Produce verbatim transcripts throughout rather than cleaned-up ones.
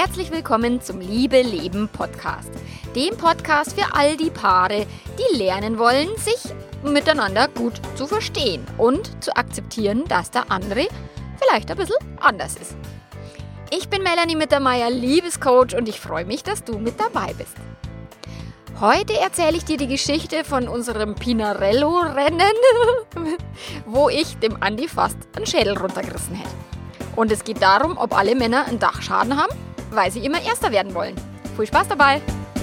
Herzlich willkommen zum Liebe Leben Podcast, dem Podcast für all die Paare, die lernen wollen, sich miteinander gut zu verstehen und zu akzeptieren, dass der andere vielleicht ein bisschen anders ist. Ich bin Melanie Mittermeier, Liebescoach, und ich freue mich, dass du mit dabei bist. Heute erzähle ich dir die Geschichte von unserem Pinarello-Rennen, wo ich dem Andi fast einen Schädel runtergerissen hätte. Und es geht darum, ob alle Männer einen Dachschaden haben, weil sie immer Erster werden wollen. Viel Spaß dabei!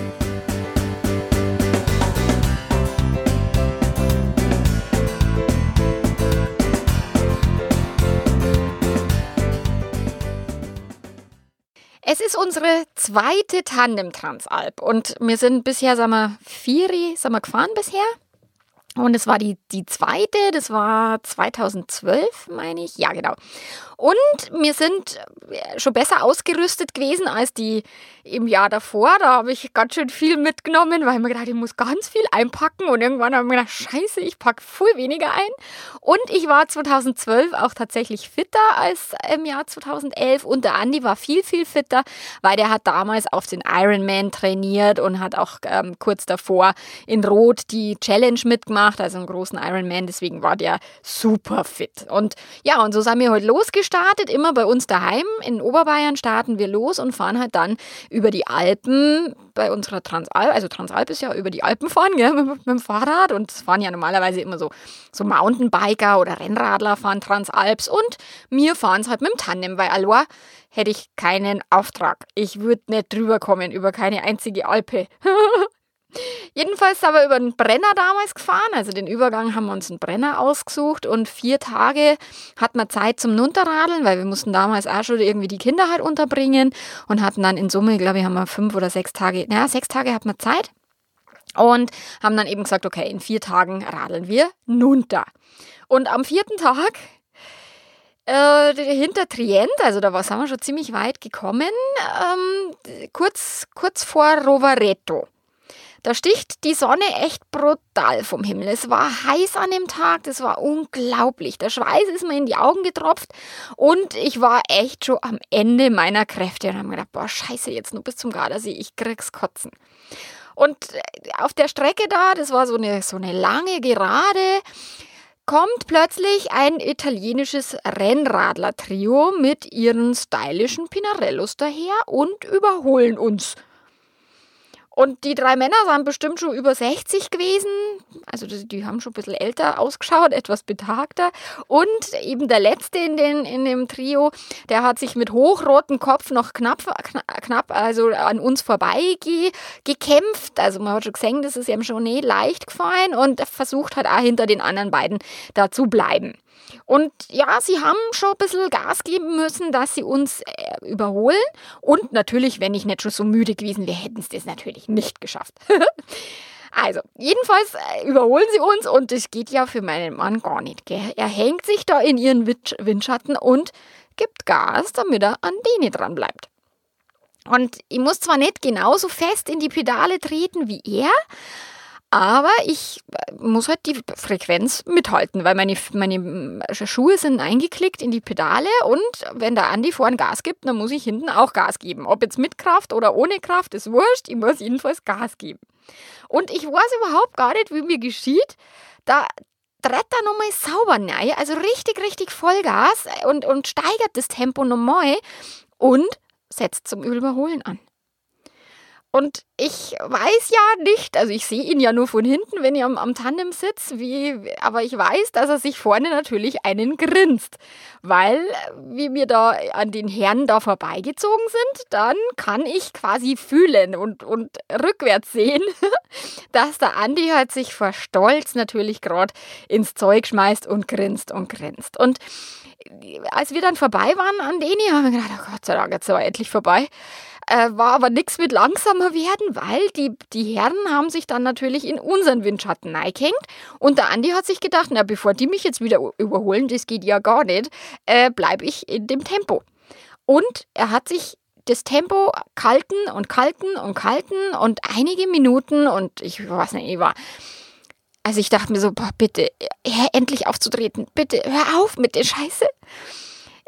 Es ist unsere zweite Tandem-Transalp und wir sind bisher, sagen wir, vier sind wir gefahren bisher. Und es war die, die zweite, das war zweitausendzwölf, meine ich. Ja, genau. Und wir sind schon besser ausgerüstet gewesen als die im Jahr davor. Da habe ich ganz schön viel mitgenommen, weil ich mir gedacht, ich muss ganz viel einpacken. Und irgendwann habe ich mir gedacht, scheiße, ich packe viel weniger ein. Und ich war zweitausendzwölf auch tatsächlich fitter als im Jahr zweitausendelf. Und der Andi war viel, viel fitter, weil der hat damals auf den Ironman trainiert und hat auch ähm, kurz davor in Rot die Challenge mitgemacht, also einen großen Ironman. Deswegen war der super fit. Und ja, und so sind wir heute losgestartet. Immer bei uns daheim in Oberbayern starten wir los und fahren halt dann über die Alpen bei unserer Transalp. Also Transalp ist ja über die Alpen fahren, gell, mit, mit dem Fahrrad. Und es fahren ja normalerweise immer so, so Mountainbiker oder Rennradler fahren Transalps. Und wir fahren es halt mit dem Tandem, weil allein hätte ich keinen Auftrag. Ich würde nicht drüber kommen über keine einzige Alpe. Jedenfalls sind wir über den Brenner damals gefahren, also den Übergang haben wir uns einen Brenner ausgesucht und vier Tage hatten wir Zeit zum Nunterradeln, weil wir mussten damals auch schon irgendwie die Kinder halt unterbringen und hatten dann in Summe, glaube ich, haben wir fünf oder sechs Tage, naja, sechs Tage hatten wir Zeit und haben dann eben gesagt, okay, in vier Tagen radeln wir nunter. Und am vierten Tag Äh, hinter Trient, also da war, sind wir schon ziemlich weit gekommen, ähm, kurz, kurz vor Rovereto. Da sticht die Sonne echt brutal vom Himmel. Es war heiß an dem Tag, das war unglaublich. Der Schweiß ist mir in die Augen getropft und ich war echt schon am Ende meiner Kräfte und habe mir gedacht, boah, scheiße, jetzt nur bis zum Gardasee, ich krieg's kotzen. Und auf der Strecke da, das war so eine, so eine lange Gerade, kommt plötzlich ein italienisches Rennradler-Trio mit ihren stylischen Pinarellos daher und überholen uns. Und die drei Männer waren bestimmt schon über sechzig gewesen, also die, die haben schon ein bisschen älter ausgeschaut, etwas betagter. Und eben der Letzte in, den, in dem Trio, der hat sich mit hochrotem Kopf noch knapp, knapp also an uns vorbei ge, gekämpft. Also man hat schon gesehen, das ist ihm schon nicht leicht gefallen und versucht hat auch hinter den anderen beiden da zu bleiben. Und ja, sie haben schon ein bisschen Gas geben müssen, dass sie uns äh, überholen. Und natürlich, wenn ich nicht schon so müde gewesen wäre, hätten sie das natürlich nicht geschafft. Also, jedenfalls äh, überholen sie uns und das geht ja für meinen Mann gar nicht. Gell? Er hängt sich da in ihren Wind- Windschatten und gibt Gas, damit er an denen dran bleibt. Und ich muss zwar nicht genauso fest in die Pedale treten wie er, aber ich muss halt die Frequenz mithalten, weil meine, meine Schuhe sind eingeklickt in die Pedale und wenn der Andi vorne Gas gibt, dann muss ich hinten auch Gas geben. Ob jetzt mit Kraft oder ohne Kraft, ist wurscht, ich muss jedenfalls Gas geben. Und ich weiß überhaupt gar nicht, wie mir geschieht, da tritt er nochmal sauber rein, also richtig, richtig Vollgas und, und steigert das Tempo nochmal und setzt zum Überholen an. Und ich weiß ja nicht, also ich sehe ihn ja nur von hinten, wenn ich am, am Tandem sitze, wie, aber ich weiß, dass er sich vorne natürlich einen grinst. Weil, wie wir da an den Herren da vorbeigezogen sind, dann kann ich quasi fühlen und, und rückwärts sehen, dass der Andi halt sich vor Stolz natürlich gerade ins Zeug schmeißt und grinst und grinst. Und als wir dann vorbei waren an denen, haben wir gedacht, oh Gott sei Dank, jetzt sind wir endlich vorbei. Äh, war aber nichts mit langsamer werden, weil die, die Herren haben sich dann natürlich in unseren Windschatten reingehängt und der Andi hat sich gedacht, na bevor die mich jetzt wieder überholen, das geht ja gar nicht, äh, bleibe ich in dem Tempo. Und er hat sich das Tempo kalten und kalten und kalten und einige Minuten und ich weiß nicht, ich war... Also ich dachte mir so, boah, bitte, hör endlich aufzutreten, bitte, hör auf mit der Scheiße.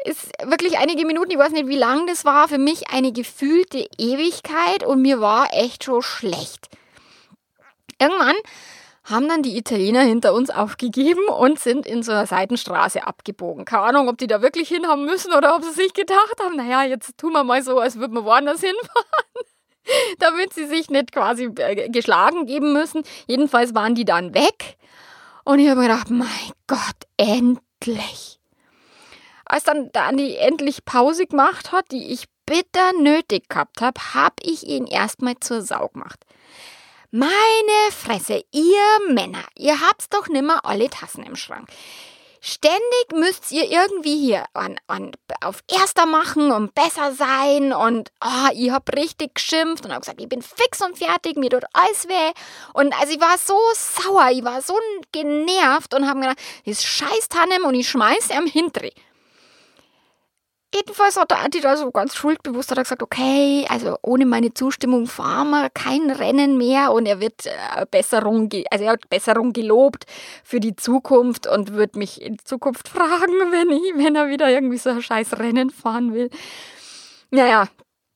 ist wirklich einige Minuten, ich weiß nicht, wie lang das war, für mich eine gefühlte Ewigkeit und mir war echt schon schlecht. Irgendwann haben dann die Italiener hinter uns aufgegeben und sind in so einer Seitenstraße abgebogen. Keine Ahnung, ob die da wirklich hin haben müssen oder ob sie sich gedacht haben, naja, jetzt tun wir mal so, als würden wir woanders hinfahren, damit sie sich nicht quasi geschlagen geben müssen. Jedenfalls waren die dann weg und ich habe mir gedacht, mein Gott, endlich. Als dann der Andi endlich Pause gemacht hat, die ich bitter nötig gehabt habe, habe ich ihn erstmal zur Sau gemacht. Meine Fresse, ihr Männer, ihr habt's doch nimmer alle Tassen im Schrank. Ständig müsst ihr irgendwie hier an, an, auf Erster machen und besser sein und oh, ich hab richtig geschimpft und hab gesagt, ich bin fix und fertig, mir tut alles weh. Und also ich war so sauer, ich war so genervt und hab mir gedacht, das scheiß Tannen und ich schmeiß am Hinteri. Jedenfalls hat der Andi da so ganz schuldbewusst hat er gesagt, okay, also ohne meine Zustimmung fahren wir kein Rennen mehr und er wird äh, Besserung, also er hat Besserung gelobt für die Zukunft und wird mich in Zukunft fragen, wenn ich, wenn er wieder irgendwie so ein scheiß Rennen fahren will. Naja,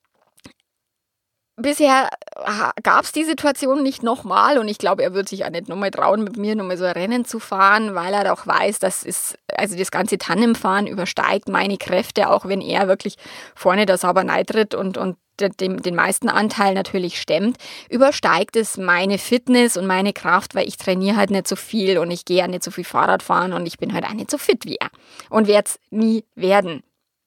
bisher gab es die Situation nicht nochmal und ich glaube, er wird sich auch nicht nochmal trauen, mit mir nochmal so ein Rennen zu fahren, weil er doch weiß, dass es, also das ganze Tandemfahren übersteigt meine Kräfte, auch wenn er wirklich vorne da sauber reintritt und, und den, den meisten Anteil natürlich stemmt, übersteigt es meine Fitness und meine Kraft, weil ich trainiere halt nicht so viel und ich gehe ja nicht so viel Fahrrad fahren und ich bin halt auch nicht so fit wie er und werde es nie werden.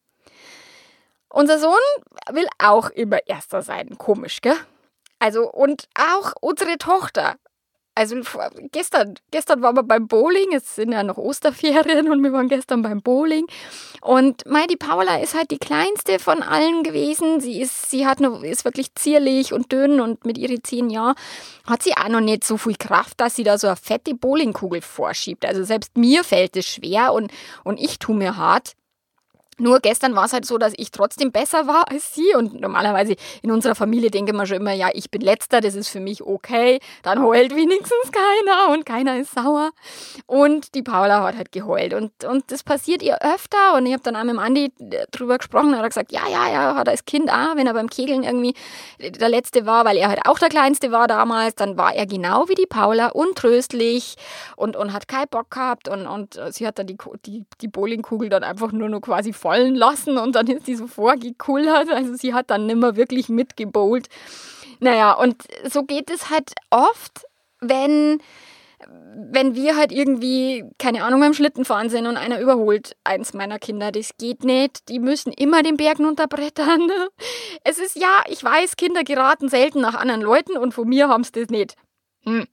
Unser Sohn will auch immer Erster sein. Komisch, gell? Also, und auch unsere Tochter. Also, gestern, gestern waren wir beim Bowling. Es sind ja noch Osterferien und wir waren gestern beim Bowling. Und mei, die Paula ist halt die kleinste von allen gewesen. Sie ist, sie hat noch, ist wirklich zierlich und dünn und mit ihren zehn Jahren hat sie auch noch nicht so viel Kraft, dass sie da so eine fette Bowlingkugel vorschiebt. Also, selbst mir fällt es schwer und, und ich tue mir hart. Nur gestern war es halt so, dass ich trotzdem besser war als sie und normalerweise in unserer Familie denke man schon immer, ja, ich bin Letzter, das ist für mich okay, dann heult wenigstens keiner und keiner ist sauer und die Paula hat halt geheult und, und das passiert ihr öfter und ich habe dann auch mit dem Andi drüber gesprochen und er hat gesagt, ja, ja, ja, hat er als Kind auch, wenn er beim Kegeln irgendwie der Letzte war, weil er halt auch der Kleinste war damals, dann war er genau wie die Paula, untröstlich und, und hat keinen Bock gehabt und, und sie hat dann die, die, die Bowlingkugel dann einfach nur noch quasi fallen lassen und dann ist die so vorgekullert, also sie hat dann nimmer wirklich mitgebowlt. Naja, und so geht es halt oft, wenn, wenn wir halt irgendwie, keine Ahnung, beim Schlittenfahren sind und einer überholt eins meiner Kinder, das geht nicht, die müssen immer den Berg runterbrettern. Es ist ja, ich weiß, Kinder geraten selten nach anderen Leuten und von mir haben sie das nicht. Hm.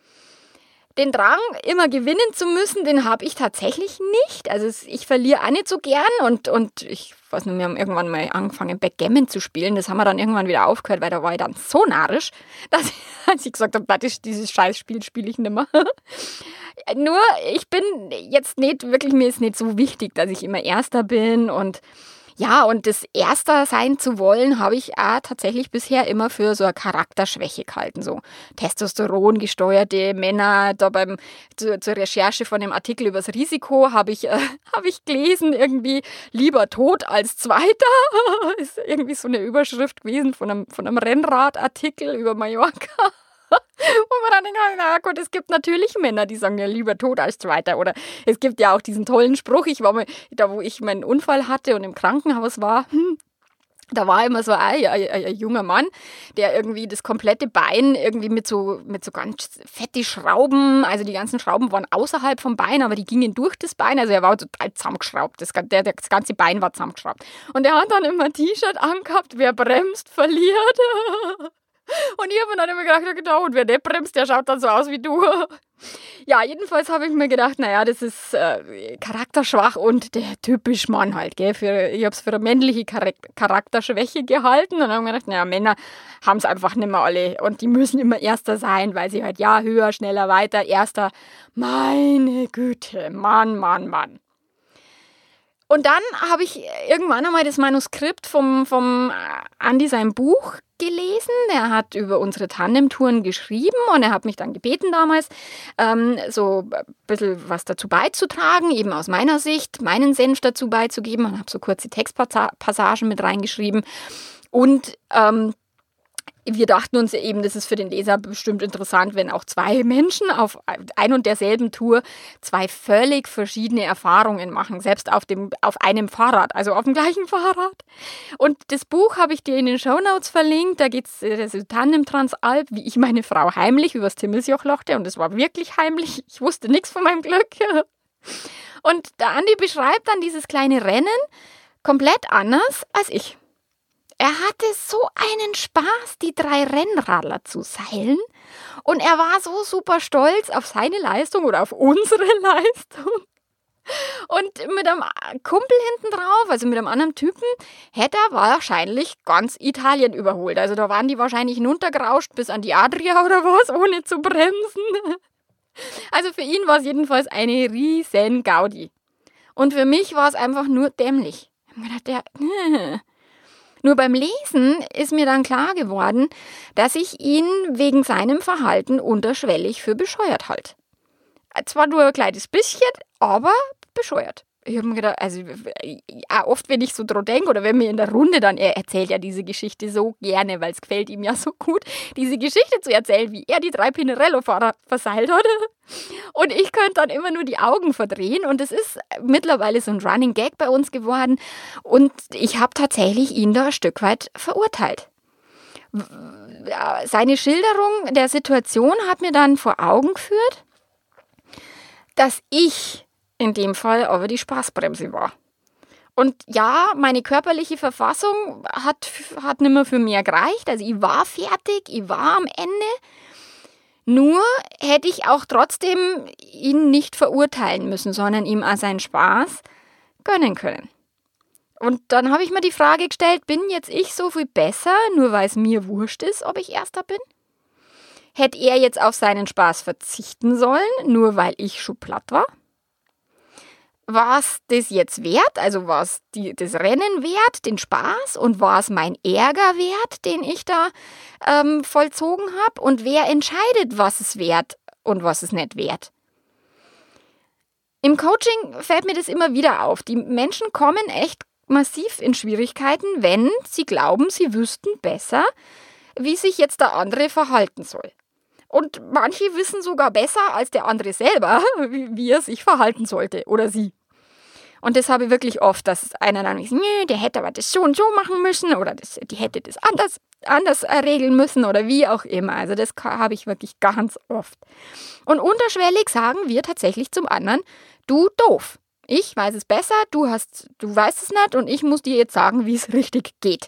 Den Drang, immer gewinnen zu müssen, den habe ich tatsächlich nicht. Also ich verliere auch nicht so gern und, und ich weiß nicht, wir haben irgendwann mal angefangen, Backgammon zu spielen. Das haben wir dann irgendwann wieder aufgehört, weil da war ich dann so narrisch, dass ich, als ich gesagt habe, das, dieses Scheißspiel spiele ich nicht mehr. Nur, ich bin jetzt nicht, wirklich, mir ist nicht so wichtig, dass ich immer Erster bin und ja, und das Erster sein zu wollen, habe ich auch tatsächlich bisher immer für so eine Charakterschwäche gehalten. So Testosteron gesteuerte Männer, da beim zu, zur Recherche von dem Artikel über das Risiko habe ich, äh, hab ich gelesen, irgendwie lieber tot als Zweiter. Ist irgendwie so eine Überschrift gewesen von einem, von einem Rennradartikel über Mallorca. Wo man dann denkt, na gut, es gibt natürlich Männer, die sagen ja lieber tot als Zweiter. Oder es gibt ja auch diesen tollen Spruch, ich war mal, da wo ich meinen Unfall hatte und im Krankenhaus war, hm, da war immer so ein, ein, ein junger Mann, der irgendwie das komplette Bein irgendwie mit so, mit so ganz fette Schrauben, also die ganzen Schrauben waren außerhalb vom Bein, aber die gingen durch das Bein, also er war total zusammengeschraubt, das, der, das ganze Bein war zusammengeschraubt. Und er hat dann immer ein T-Shirt angehabt, wer bremst, verliert. Und ich habe mir dann immer gedacht, genau, und wer nicht bremst, der schaut dann so aus wie du. Ja, jedenfalls habe ich mir gedacht, naja, das ist äh, charakterschwach und der typisch Mann halt, gell. Für, ich habe es für eine männliche Charakterschwäche gehalten und habe mir gedacht, naja, Männer haben es einfach nicht mehr alle und die müssen immer Erster sein, weil sie halt, ja, höher, schneller, weiter, Erster. Meine Güte, Mann, Mann, Mann. Und dann habe ich irgendwann einmal das Manuskript vom, vom Andi sein Buch gelesen. Er hat über unsere Tandemtouren geschrieben und er hat mich dann gebeten damals, ähm, so ein bisschen was dazu beizutragen, eben aus meiner Sicht, meinen Senf dazu beizugeben. Und habe so kurze Textpassagen mit reingeschrieben. Und ähm, wir dachten uns eben, das ist für den Leser bestimmt interessant, wenn auch zwei Menschen auf ein und derselben Tour zwei völlig verschiedene Erfahrungen machen, selbst auf, dem, auf einem Fahrrad, also auf dem gleichen Fahrrad. Und das Buch habe ich dir in den Shownotes verlinkt, da geht es also Tandem Transalp, wie ich meine Frau heimlich übers Timmelsjoch lochte und es war wirklich heimlich, ich wusste nichts von meinem Glück. Und der Andi beschreibt dann dieses kleine Rennen komplett anders als ich. Er hatte so einen Spaß, die drei Rennradler zu seilen und er war so super stolz auf seine Leistung oder auf unsere Leistung. Und mit einem Kumpel hinten drauf, also mit einem anderen Typen, hätte er wahrscheinlich ganz Italien überholt. Also da waren die wahrscheinlich hinuntergerauscht bis an die Adria oder was, ohne zu bremsen. Also für ihn war es jedenfalls eine riesen Gaudi. Und für mich war es einfach nur dämlich. Ich habe mir gedacht, der... Nur beim Lesen ist mir dann klar geworden, dass ich ihn wegen seinem Verhalten unterschwellig für bescheuert halte. Zwar nur ein kleines bisschen, aber bescheuert. Ich habe mir gedacht, also ja, oft, wenn ich so dran denke oder wenn mir in der Runde dann, er erzählt ja diese Geschichte so gerne, weil es gefällt ihm ja so gut, diese Geschichte zu erzählen, wie er die drei Pinarello-Fahrer verseilt hat. Und ich könnte dann immer nur die Augen verdrehen und es ist mittlerweile so ein Running Gag bei uns geworden und ich habe tatsächlich ihn da ein Stück weit verurteilt. Seine Schilderung der Situation hat mir dann vor Augen geführt, dass ich in dem Fall aber die Spaßbremse war. Und ja, meine körperliche Verfassung hat, hat nicht mehr für mehr gereicht. Also ich war fertig, ich war am Ende. Nur hätte ich auch trotzdem ihn nicht verurteilen müssen, sondern ihm auch seinen Spaß gönnen können. Und dann habe ich mir die Frage gestellt, bin jetzt ich so viel besser, nur weil es mir wurscht ist, ob ich Erster bin? Hätte er jetzt auf seinen Spaß verzichten sollen, nur weil ich schon platt war? War es das jetzt wert? Also war es die, das Rennen wert, den Spaß? Und war es mein Ärger wert, den ich da ähm, vollzogen habe? Und wer entscheidet, was es wert und was es nicht wert? Im Coaching fällt mir das immer wieder auf. Die Menschen kommen echt massiv in Schwierigkeiten, wenn sie glauben, sie wüssten besser, wie sich jetzt der andere verhalten soll. Und manche wissen sogar besser als der andere selber, wie, wie er sich verhalten sollte oder sie. Und das habe ich wirklich oft, dass einer dann sagt, nee, der hätte aber das so und so machen müssen oder das, die hätte das anders, anders regeln müssen oder wie auch immer. Also das habe ich wirklich ganz oft. Und unterschwellig sagen wir tatsächlich zum anderen, du doof. Ich weiß es besser, du, hast, du weißt es nicht und ich muss dir jetzt sagen, wie es richtig geht.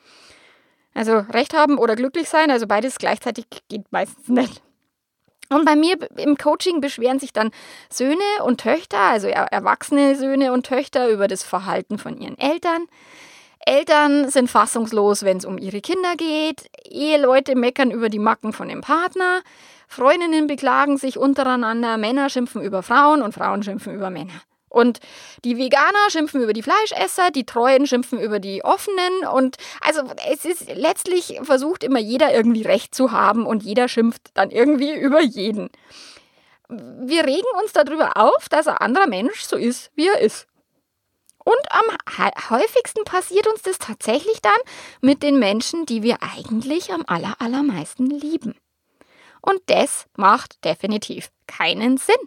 Also Recht haben oder glücklich sein, also beides gleichzeitig geht meistens nicht. Und bei mir im Coaching beschweren sich dann Söhne und Töchter, also erwachsene Söhne und Töchter über das Verhalten von ihren Eltern. Eltern sind fassungslos, wenn es um ihre Kinder geht. Eheleute meckern über die Macken von dem Partner. Freundinnen beklagen sich untereinander. Männer schimpfen über Frauen und Frauen schimpfen über Männer. Und die Veganer schimpfen über die Fleischesser, die Treuen schimpfen über die Offenen. Und also es ist letztlich versucht immer jeder irgendwie Recht zu haben und jeder schimpft dann irgendwie über jeden. Wir regen uns darüber auf, dass ein anderer Mensch so ist, wie er ist. Und am häufigsten passiert uns das tatsächlich dann mit den Menschen, die wir eigentlich am aller, allermeisten lieben. Und das macht definitiv keinen Sinn.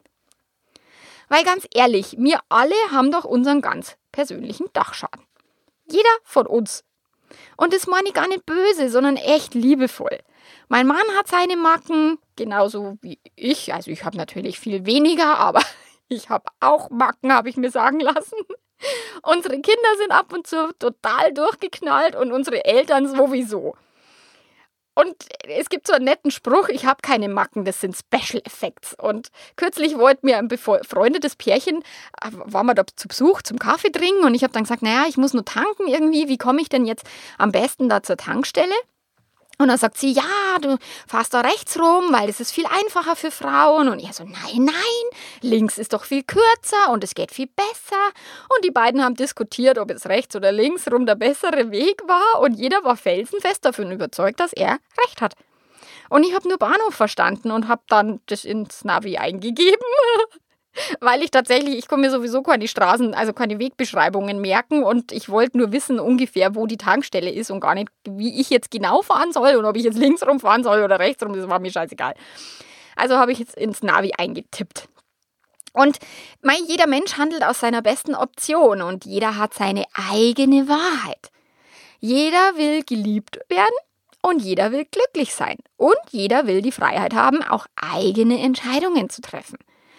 Weil ganz ehrlich, wir alle haben doch unseren ganz persönlichen Dachschaden. Jeder von uns. Und das meine ich gar nicht böse, sondern echt liebevoll. Mein Mann hat seine Macken, genauso wie ich. Also ich habe natürlich viel weniger, aber ich habe auch Macken, habe ich mir sagen lassen. Unsere Kinder sind ab und zu total durchgeknallt und unsere Eltern sowieso. Und es gibt so einen netten Spruch, ich habe keine Macken, das sind Special Effects. Und kürzlich wollte mir ein befreundetes Pärchen, waren wir da zu Besuch zum Kaffee trinken und ich habe dann gesagt, naja, ich muss nur tanken irgendwie, wie komme ich denn jetzt am besten da zur Tankstelle? Und dann sagt sie, ja, du fährst da rechts rum, weil das ist viel einfacher für Frauen. Und ich so, nein, nein, links ist doch viel kürzer und es geht viel besser. Und die beiden haben diskutiert, ob es rechts oder links rum der bessere Weg war. Und jeder war felsenfest davon überzeugt, dass er recht hat. Und ich habe nur Bahnhof verstanden und habe dann das ins Navi eingegeben. Weil ich tatsächlich, ich konnte mir sowieso keine Straßen, also keine Wegbeschreibungen merken und ich wollte nur wissen ungefähr, wo die Tankstelle ist und gar nicht, wie ich jetzt genau fahren soll und ob ich jetzt links rum fahren soll oder rechts rum, das war mir scheißegal. Also habe ich jetzt ins Navi eingetippt. Und mein, jeder Mensch handelt aus seiner besten Option und jeder hat seine eigene Wahrheit. Jeder will geliebt werden und jeder will glücklich sein und jeder will die Freiheit haben, auch eigene Entscheidungen zu treffen.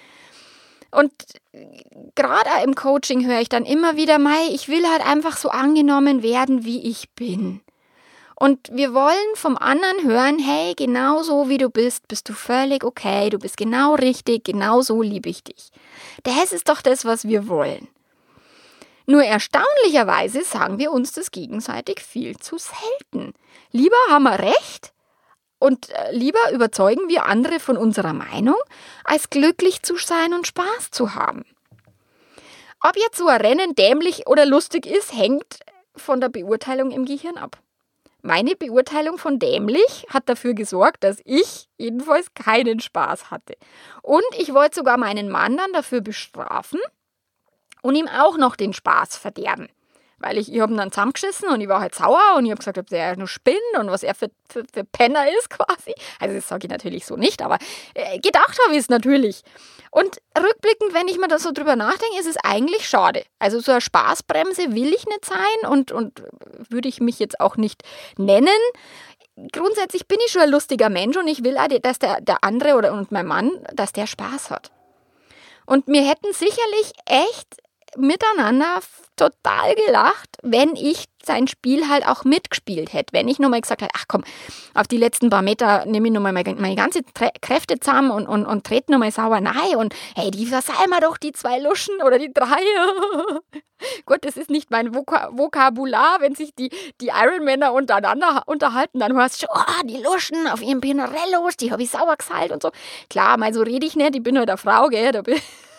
Und gerade im Coaching höre ich dann immer wieder, Mai, ich will halt einfach so angenommen werden, wie ich bin. Und wir wollen vom anderen hören, hey, genau so wie du bist, bist du völlig okay, du bist genau richtig, genau so liebe ich dich. Das ist doch das, was wir wollen. Nur erstaunlicherweise sagen wir uns das gegenseitig viel zu selten. Lieber haben wir recht, und lieber überzeugen wir andere von unserer Meinung, als glücklich zu sein und Spaß zu haben. Ob jetzt so ein Rennen dämlich oder lustig ist, hängt von der Beurteilung im Gehirn ab. Meine Beurteilung von dämlich hat dafür gesorgt, dass ich jedenfalls keinen Spaß hatte. Und ich wollte sogar meinen Mann dann dafür bestrafen und ihm auch noch den Spaß verderben. Weil ich, ich habe ihn dann zusammengeschissen und ich war halt sauer und ich habe gesagt, ob der nur spinnt und was er für, für, für Penner ist quasi. Also das sage ich natürlich so nicht, aber äh, gedacht habe ich es natürlich. Und rückblickend, wenn ich mir da so drüber nachdenke, ist es eigentlich schade. Also so eine Spaßbremse will ich nicht sein und, und würde ich mich jetzt auch nicht nennen. Grundsätzlich bin ich schon ein lustiger Mensch und ich will auch, dass der, der andere oder und mein Mann, dass der Spaß hat. Und wir hätten sicherlich echt miteinander total gelacht, wenn ich sein Spiel halt auch mitgespielt hätte. Wenn ich nochmal gesagt hätte, ach komm, auf die letzten paar Meter nehme ich nochmal meine, meine ganze Tre- Kräfte zusammen und, und, und trete nochmal sauer rein und hey, die verseih mal doch die zwei Luschen oder die drei. Gut, das ist nicht mein Vok- Vokabular, wenn sich die, die Ironmänner untereinander unterhalten, dann hörst du schon, oh, die Luschen auf ihren Pinarellos, die habe ich sauer geseilt und so. Klar, mal so rede ich nicht, ich bin halt eine Frau, gell, da bin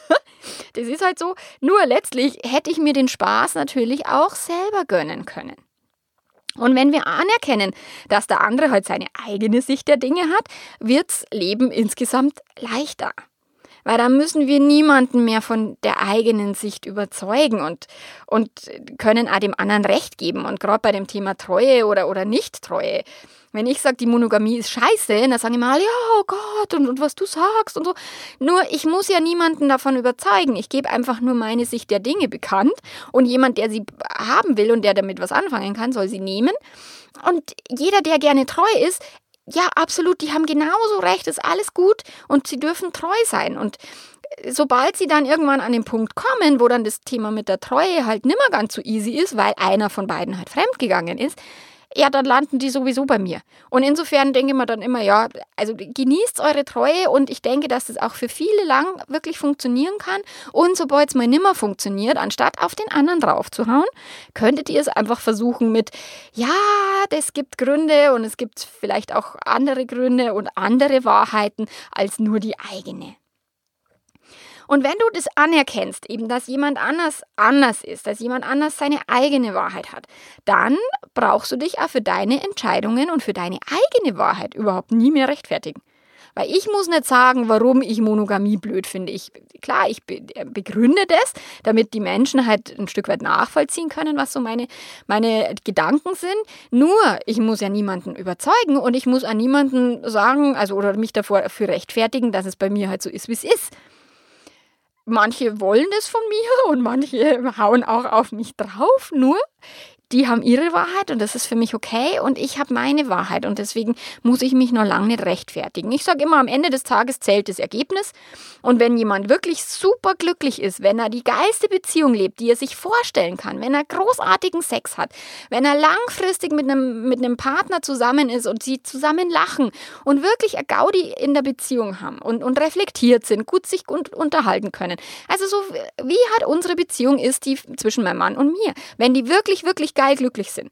das ist halt so. Nur letztlich hätte ich mir den Spaß natürlich auch selber gönnen können. Und wenn wir anerkennen, dass der andere halt seine eigene Sicht der Dinge hat, wird's Leben insgesamt leichter. Weil dann müssen wir niemanden mehr von der eigenen Sicht überzeugen und, und können auch dem anderen Recht geben. Und gerade bei dem Thema Treue oder, oder Nicht-Treue, wenn ich sage, die Monogamie ist scheiße, dann sagen immer alle, ja, oh Gott, und, und was du sagst und so. Nur, ich muss ja niemanden davon überzeugen. Ich gebe einfach nur meine Sicht der Dinge bekannt. Und jemand, der sie haben will und der damit was anfangen kann, soll sie nehmen. Und jeder, der gerne treu ist, ja, absolut, die haben genauso recht, ist alles gut und sie dürfen treu sein. Und sobald sie dann irgendwann an den Punkt kommen, wo dann das Thema mit der Treue halt nimmer ganz so easy ist, weil einer von beiden halt fremdgegangen ist, ja, dann landen die sowieso bei mir. Und insofern denke ich mir dann immer, ja, also genießt eure Treue und ich denke, dass das auch für viele lang wirklich funktionieren kann. Und sobald es mal nimmer funktioniert, anstatt auf den anderen draufzuhauen, könntet ihr es einfach versuchen mit, ja, es gibt Gründe und es gibt vielleicht auch andere Gründe und andere Wahrheiten als nur die eigene. Und wenn du das anerkennst, eben, dass jemand anders anders ist, dass jemand anders seine eigene Wahrheit hat, dann brauchst du dich auch für deine Entscheidungen und für deine eigene Wahrheit überhaupt nie mehr rechtfertigen. Weil ich muss nicht sagen, warum ich Monogamie blöd finde. Ich, klar, ich be- begründe das, damit die Menschen halt ein Stück weit nachvollziehen können, was so meine, meine Gedanken sind. Nur, ich muss ja niemanden überzeugen und ich muss an niemanden sagen, also oder mich davor für rechtfertigen, dass es bei mir halt so ist, wie es ist. Manche wollen das von mir und manche hauen auch auf mich drauf, nur die haben ihre Wahrheit und das ist für mich okay und ich habe meine Wahrheit und deswegen muss ich mich noch lange nicht rechtfertigen. Ich sage immer, am Ende des Tages zählt das Ergebnis und wenn jemand wirklich super glücklich ist, wenn er die geilste Beziehung lebt, die er sich vorstellen kann, wenn er großartigen Sex hat, wenn er langfristig mit einem, mit einem Partner zusammen ist und sie zusammen lachen und wirklich eine Gaudi in der Beziehung haben und, und reflektiert sind, gut sich gut unterhalten können. Also so wie halt unsere Beziehung ist, die zwischen meinem Mann und mir. Wenn die wirklich, wirklich geil glücklich sind,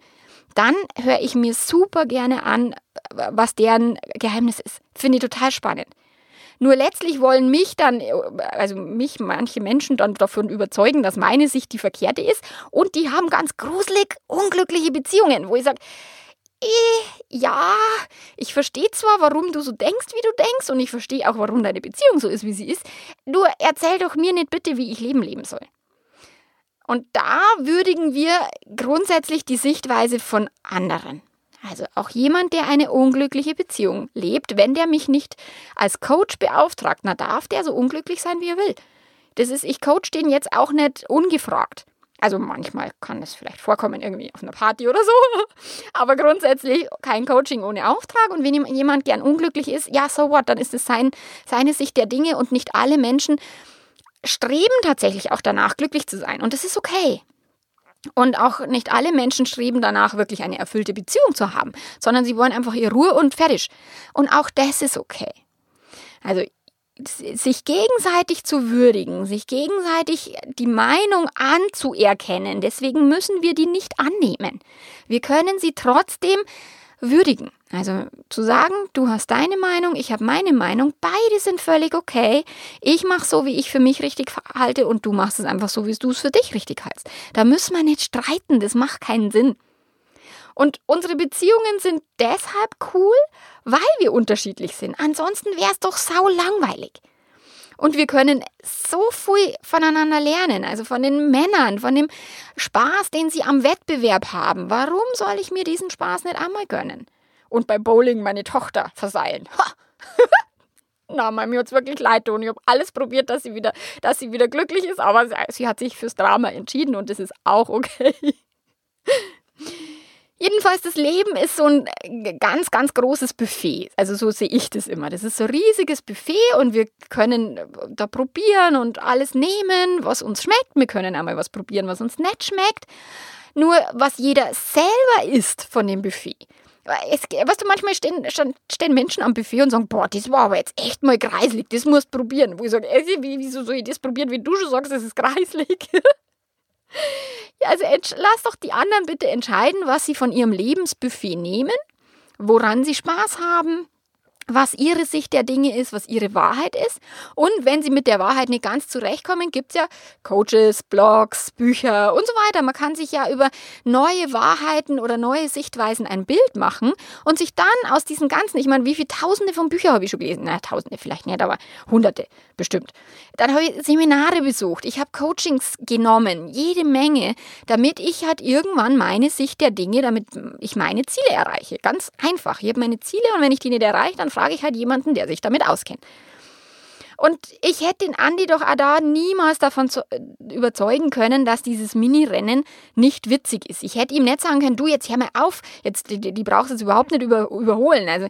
dann höre ich mir super gerne an, was deren Geheimnis ist. Finde ich total spannend. Nur letztlich wollen mich dann, also mich manche Menschen dann davon überzeugen, dass meine Sicht die verkehrte ist. Und die haben ganz gruselig unglückliche Beziehungen, wo ich sage, eh, ja, ich verstehe zwar, warum du so denkst, wie du denkst, und ich verstehe auch, warum deine Beziehung so ist, wie sie ist. Nur erzähl doch mir nicht bitte, wie ich Leben leben soll. Und da würdigen wir grundsätzlich die Sichtweise von anderen. Also auch jemand, der eine unglückliche Beziehung lebt, wenn der mich nicht als Coach beauftragt, na darf der so unglücklich sein, wie er will. Das ist, ich coach den jetzt auch nicht ungefragt. Also manchmal kann es vielleicht vorkommen, irgendwie auf einer Party oder so. Aber grundsätzlich kein Coaching ohne Auftrag. Und wenn jemand gern unglücklich ist, ja, so what, dann ist es sein, seine Sicht der Dinge. Und nicht alle Menschen streben tatsächlich auch danach, glücklich zu sein. Und das ist okay. Und auch nicht alle Menschen streben danach, wirklich eine erfüllte Beziehung zu haben, sondern sie wollen einfach ihre Ruhe und fertig. Und auch das ist okay. Also sich gegenseitig zu würdigen, sich gegenseitig die Meinung anzuerkennen, deswegen müssen wir die nicht annehmen. Wir können sie trotzdem würdigen. Also zu sagen, du hast deine Meinung, ich habe meine Meinung, beide sind völlig okay. Ich mache so, wie ich für mich richtig halte und du machst es einfach so, wie du es für dich richtig hältst. Da müssen wir nicht streiten, das macht keinen Sinn. Und unsere Beziehungen sind deshalb cool, weil wir unterschiedlich sind. Ansonsten wäre es doch sau langweilig. Und wir können so viel voneinander lernen, also von den Männern, von dem Spaß, den sie am Wettbewerb haben. Warum soll ich mir diesen Spaß nicht einmal gönnen? Und bei Bowling meine Tochter verseilen. Ha! Na, mir hat's wirklich leid tun. Ich habe alles probiert, dass sie wieder, dass sie wieder glücklich ist, aber sie, sie hat sich fürs Drama entschieden und das ist auch okay. Jedenfalls, das Leben ist so ein ganz, ganz großes Buffet. Also so sehe ich das immer. Das ist so ein riesiges Buffet und wir können da probieren und alles nehmen, was uns schmeckt. Wir können einmal was probieren, was uns nicht schmeckt. Nur, was jeder selber isst von dem Buffet. Es, weißt du, manchmal stehen, stehen Menschen am Buffet und sagen, boah, das war aber jetzt echt mal greiselig, das musst du probieren. Wo ich sage, ey, wieso soll ich das probieren, wenn du schon sagst, das ist greiselig? Ja, also lass doch die anderen bitte entscheiden, was sie von ihrem Lebensbuffet nehmen, woran sie Spaß haben, was ihre Sicht der Dinge ist, was ihre Wahrheit ist. Und wenn sie mit der Wahrheit nicht ganz zurechtkommen, gibt es ja Coaches, Blogs, Bücher und so weiter. Man kann sich ja über neue Wahrheiten oder neue Sichtweisen ein Bild machen und sich dann aus diesen ganzen, ich meine, wie viele Tausende von Büchern habe ich schon gelesen? Na, Tausende vielleicht nicht, aber Hunderte bestimmt. Dann habe ich Seminare besucht, ich habe Coachings genommen, jede Menge, damit ich halt irgendwann meine Sicht der Dinge, damit ich meine Ziele erreiche. Ganz einfach. Ich habe meine Ziele und wenn ich die nicht erreiche, dann frage ich halt jemanden, der sich damit auskennt. Und ich hätte den Andi doch auch da niemals davon zu, äh, überzeugen können, dass dieses Mini-Rennen nicht witzig ist. Ich hätte ihm nicht sagen können, du, jetzt hör mal auf, jetzt, die, die brauchst du jetzt überhaupt nicht über, überholen. Also,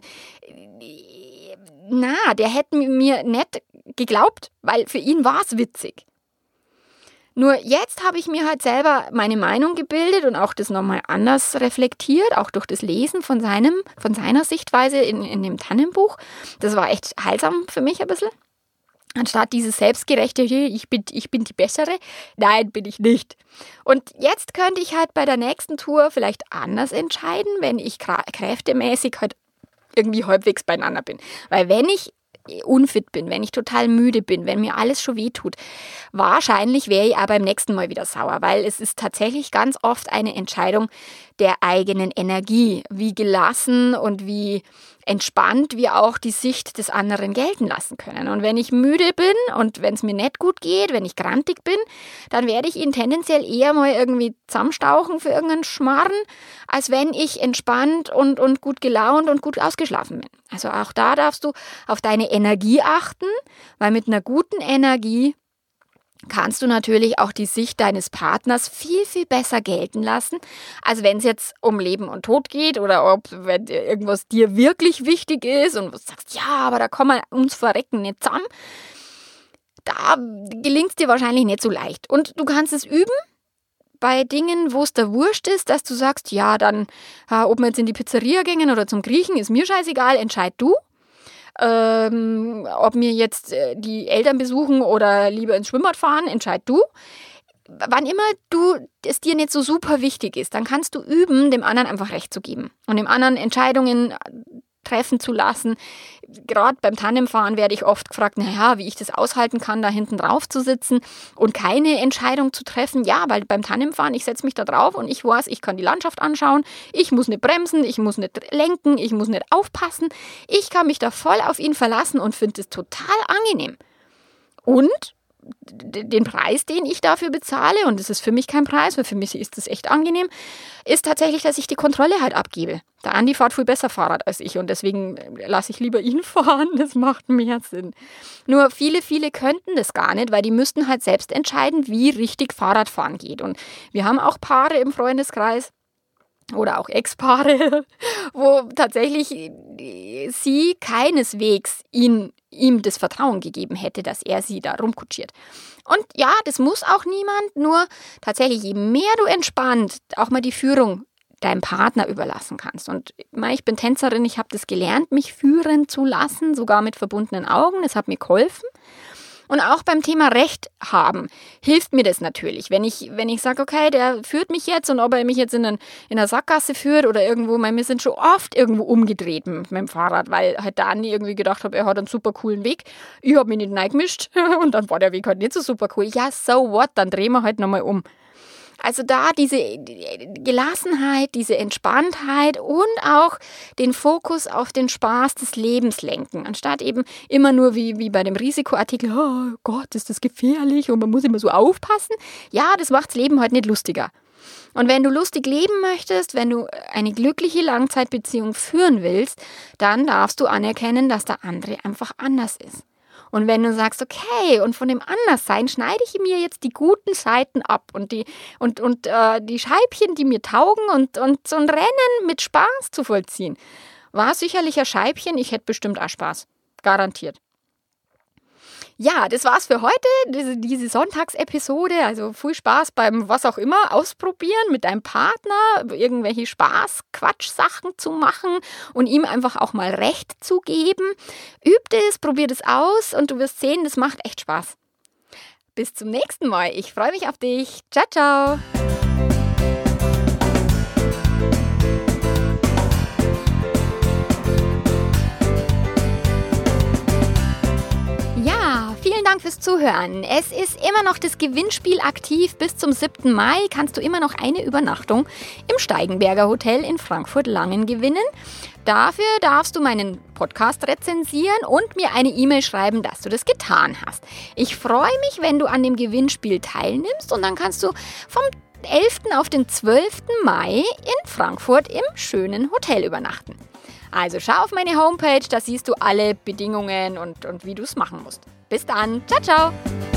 äh, na, der hätte mir nicht geglaubt, weil für ihn war es witzig. Nur jetzt habe ich mir halt selber meine Meinung gebildet und auch das nochmal anders reflektiert, auch durch das Lesen von, seinem, von seiner Sichtweise in, in dem Tannenbuch. Das war echt heilsam für mich ein bisschen. Anstatt dieses selbstgerechte, ich bin, ich bin die Bessere, nein, bin ich nicht. Und jetzt könnte ich halt bei der nächsten Tour vielleicht anders entscheiden, wenn ich kräftemäßig halt irgendwie halbwegs beieinander bin. Weil wenn ich unfit bin, wenn ich total müde bin, wenn mir alles schon wehtut, wahrscheinlich wäre ich auch beim nächsten Mal wieder sauer, weil es ist tatsächlich ganz oft eine Entscheidung der eigenen Energie, wie gelassen und wie entspannt wir auch die Sicht des anderen gelten lassen können. Und wenn ich müde bin und wenn es mir nicht gut geht, wenn ich grantig bin, dann werde ich ihn tendenziell eher mal irgendwie zusammenstauchen für irgendeinen Schmarren, als wenn ich entspannt und, und gut gelaunt und gut ausgeschlafen bin. Also auch da darfst du auf deine Energie achten, weil mit einer guten Energie kannst du natürlich auch die Sicht deines Partners viel, viel besser gelten lassen, als wenn es jetzt um Leben und Tod geht oder ob wenn irgendwas dir wirklich wichtig ist und du sagst, ja, aber da kommen wir uns verrecken nicht zusammen. Da gelingt es dir wahrscheinlich nicht so leicht. Und du kannst es üben bei Dingen, wo es dir wurscht ist, dass du sagst, ja, dann, ob wir jetzt in die Pizzeria gehen oder zum Griechen, ist mir scheißegal, entscheid du. Ähm, ob mir jetzt äh, die Eltern besuchen oder lieber ins Schwimmbad fahren, entscheid du. wann immer du es dir nicht so super wichtig ist, dann kannst du üben, dem anderen einfach Recht zu geben und dem anderen Entscheidungen treffen zu lassen. Gerade beim Tandemfahren werde ich oft gefragt, naja, wie ich das aushalten kann, da hinten drauf zu sitzen und keine Entscheidung zu treffen. Ja, weil beim Tandemfahren, ich setze mich da drauf und ich weiß, ich kann die Landschaft anschauen, ich muss nicht bremsen, ich muss nicht lenken, ich muss nicht aufpassen. Ich kann mich da voll auf ihn verlassen und finde es total angenehm. Und den Preis, den ich dafür bezahle, und das ist für mich kein Preis, weil für mich ist das echt angenehm, ist tatsächlich, dass ich die Kontrolle halt abgebe. Der Andi fährt viel besser Fahrrad als ich und deswegen lasse ich lieber ihn fahren, das macht mehr Sinn. Nur viele, viele könnten das gar nicht, weil die müssten halt selbst entscheiden, wie richtig Fahrradfahren geht. Und wir haben auch Paare im Freundeskreis, oder auch Ex-Paare, wo tatsächlich sie keineswegs ihn, ihm das Vertrauen gegeben hätte, dass er sie da rumkutschiert. Und ja, das muss auch niemand, nur tatsächlich, je mehr du entspannt auch mal die Führung deinem Partner überlassen kannst. Und ich bin Tänzerin, ich habe das gelernt, mich führen zu lassen, sogar mit verbundenen Augen, das hat mir geholfen. Und auch beim Thema Recht haben hilft mir das natürlich. Wenn ich, wenn ich sage, okay, der führt mich jetzt und ob er mich jetzt in, einen, in einer Sackgasse führt oder irgendwo, weil wir sind schon oft irgendwo umgedreht mit, mit dem Fahrrad, weil halt der Andi irgendwie gedacht hat, er hat einen super coolen Weg. Ich habe mich nicht reingemischt und dann war der Weg halt nicht so super cool. Ja, so what, dann drehen wir halt nochmal um. Also da diese Gelassenheit, diese Entspanntheit und auch den Fokus auf den Spaß des Lebens lenken, anstatt eben immer nur wie, wie bei dem Risikoartikel, oh Gott, ist das gefährlich und man muss immer so aufpassen. Ja, das macht das Leben halt nicht lustiger. Und wenn du lustig leben möchtest, wenn du eine glückliche Langzeitbeziehung führen willst, dann darfst du anerkennen, dass der andere einfach anders ist. Und wenn du sagst, okay, und von dem Anderssein schneide ich mir jetzt die guten Seiten ab und die, und, und, äh, die Scheibchen, die mir taugen und, und so ein Rennen mit Spaß zu vollziehen. War sicherlich ein Scheibchen, ich hätte bestimmt auch Spaß. Garantiert. Ja, das war's für heute, diese, diese Sonntagsepisode. Also viel Spaß beim was auch immer ausprobieren mit deinem Partner, irgendwelche Spaß-Quatsch-Sachen zu machen und ihm einfach auch mal Recht zu geben. Übt es, probiert es aus und du wirst sehen, das macht echt Spaß. Bis zum nächsten Mal. Ich freue mich auf dich. Ciao, ciao. Vielen Dank fürs Zuhören. Es ist immer noch das Gewinnspiel aktiv. Bis zum siebten Mai kannst du immer noch eine Übernachtung im Steigenberger Hotel in Frankfurt-Langen gewinnen. Dafür darfst du meinen Podcast rezensieren und mir eine E-Mail schreiben, dass du das getan hast. Ich freue mich, wenn du an dem Gewinnspiel teilnimmst und dann kannst du vom elften auf den zwölften Mai in Frankfurt im schönen Hotel übernachten. Also schau auf meine Homepage, da siehst du alle Bedingungen und, und wie du es machen musst. Bis dann. Ciao, ciao.